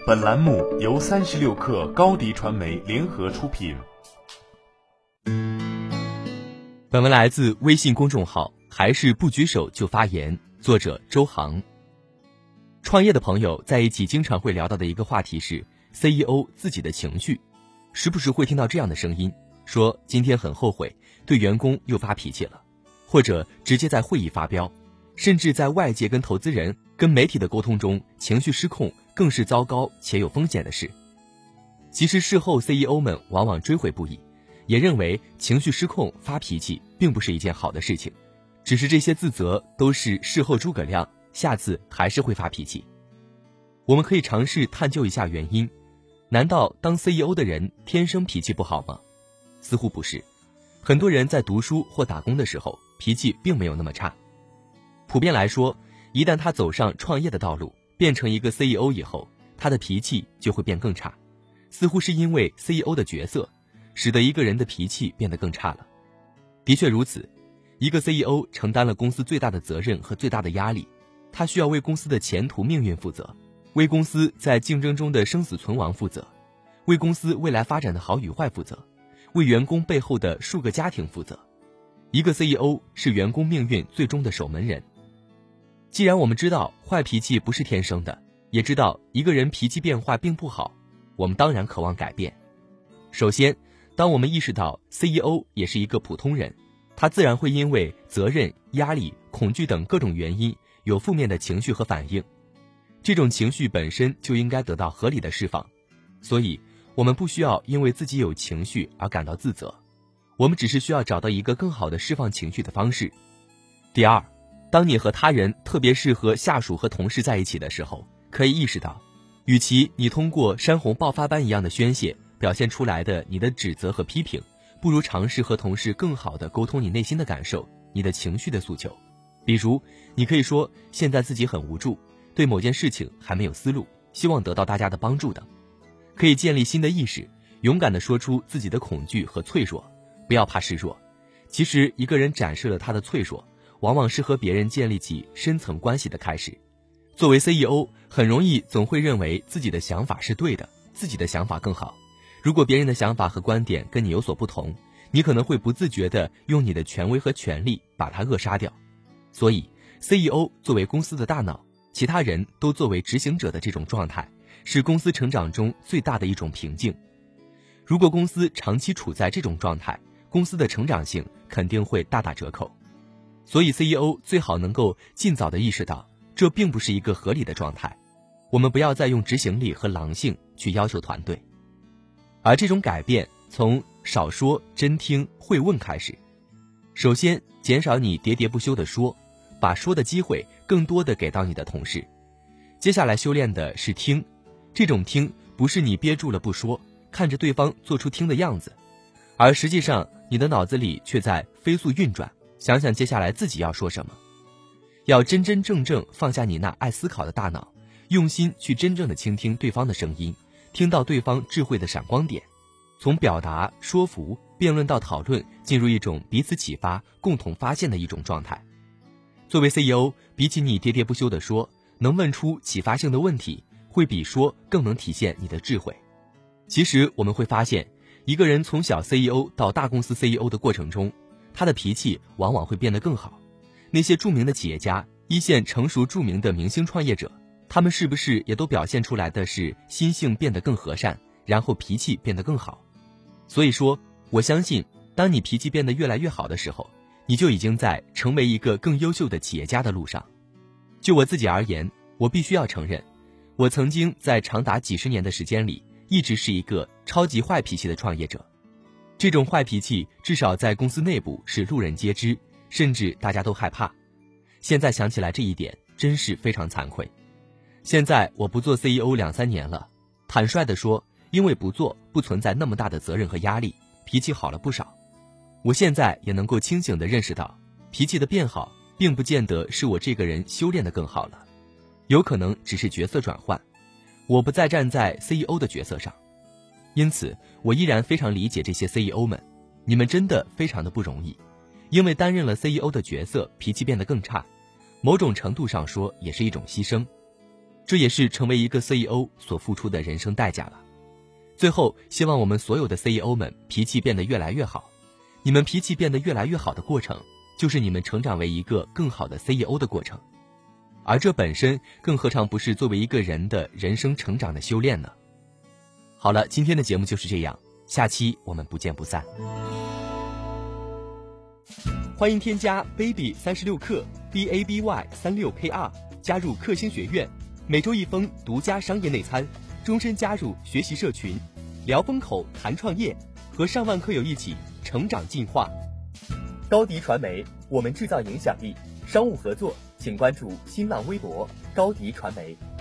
本栏目由36氪高迪传媒联合出品。 本文来自微信公众号还是不举手就发言，作者周航。创业的朋友在一起经常会聊到的一个话题是 CEO 自己的情绪，时不时会听到这样的声音，说今天很后悔，对员工又发脾气了，或者直接在会议发飙，甚至在外界跟投资人、跟媒体的沟通中，情绪失控更是糟糕且有风险的事。其实事后 CEO 们往往追悔不已，也认为情绪失控发脾气并不是一件好的事情，只是这些自责都是事后诸葛亮，下次还是会发脾气。我们可以尝试探究一下原因，难道当 CEO 的人天生脾气不好吗？似乎不是，很多人在读书或打工的时候脾气并没有那么差。普遍来说，一旦他走上创业的道路，变成一个 CEO 以后，他的脾气就会变更差，似乎是因为 CEO 的角色使得一个人的脾气变得更差了。的确如此，一个 CEO 承担了公司最大的责任和最大的压力，他需要为公司的前途命运负责，为公司在竞争中的生死存亡负责，为公司未来发展的好与坏负责，为员工背后的数个家庭负责。一个 CEO 是员工命运最终的守门人。既然我们知道坏脾气不是天生的，也知道一个人脾气变坏并不好，我们当然渴望改变。首先，当我们意识到 CEO 也是一个普通人，他自然会因为责任、压力、恐惧等各种原因有负面的情绪和反应，这种情绪本身就应该得到合理的释放，所以我们不需要因为自己有情绪而感到自责，我们只是需要找到一个更好的释放情绪的方式。第二，当你和他人，特别是和下属和同事在一起的时候，可以意识到，与其你通过山洪爆发般一样的宣泄表现出来的你的指责和批评，不如尝试和同事更好地沟通你内心的感受，你的情绪的诉求。比如你可以说现在自己很无助，对某件事情还没有思路，希望得到大家的帮助等。可以建立新的意识，勇敢地说出自己的恐惧和脆弱，不要怕示弱。其实一个人展示了他的脆弱，往往是和别人建立起深层关系的开始。作为 CEO， 很容易总会认为自己的想法是对的，自己的想法更好。如果别人的想法和观点跟你有所不同，你可能会不自觉地用你的权威和权力把它扼杀掉。所以 CEO 作为公司的大脑，其他人都作为执行者的这种状态，是公司成长中最大的一种瓶颈。如果公司长期处在这种状态，公司的成长性肯定会大打折扣。所以 CEO 最好能够尽早地意识到，这并不是一个合理的状态。我们不要再用执行力和狼性去要求团队。而这种改变从少说、真听、会问开始。首先，减少你喋喋不休地说，把说的机会更多地给到你的同事。接下来修炼的是听，这种听不是你憋住了不说，看着对方做出听的样子，而实际上你的脑子里却在飞速运转，想想接下来自己要说什么。要真真正正放下你那爱思考的大脑，用心去真正的倾听对方的声音，听到对方智慧的闪光点，从表达、说服、辩论到讨论，进入一种彼此启发、共同发现的一种状态。作为 CEO， 比起你喋喋不休地说，能问出启发性的问题，会比说更能体现你的智慧。其实我们会发现，一个人从小 CEO 到大公司 CEO 的过程中，他的脾气往往会变得更好。那些著名的企业家，一线成熟著名的明星创业者，他们是不是也都表现出来的是心性变得更和善，然后脾气变得更好？所以说，我相信当你脾气变得越来越好的时候，你就已经在成为一个更优秀的企业家的路上。就我自己而言，我必须要承认，我曾经在长达几十年的时间里，一直是一个超级坏脾气的创业者。这种坏脾气至少在公司内部是路人皆知，甚至大家都害怕。现在想起来这一点真是非常惭愧。现在我不做 CEO 2-3年了，坦率地说，因为不做不存在那么大的责任和压力，脾气好了不少。我现在也能够清醒地认识到，脾气的变好并不见得是我这个人修炼得更好了，有可能只是角色转换，我不再站在 CEO 的角色上。因此我依然非常理解这些 CEO 们，你们真的非常的不容易，因为担任了 CEO 的角色，脾气变得更差，某种程度上说也是一种牺牲。 这也是成为一个 CEO 所付出的人生代价了。最后，希望我们所有的 CEO 们脾气变得越来越好。你们脾气变得越来越好的过程，就是你们成长为一个更好的 CEO 的过程。而这本身更何尝不是作为一个人的人生成长的修炼呢？好了，今天的节目就是这样，下期我们不见不散。欢迎添加 baby 36课 BABY36KR 加入克星学院，每周一封独家商业内参，终身加入学习社群，聊风口谈创业，和上万课友一起成长进化。高迪传媒，我们制造影响力。商务合作请关注新浪微博高迪传媒。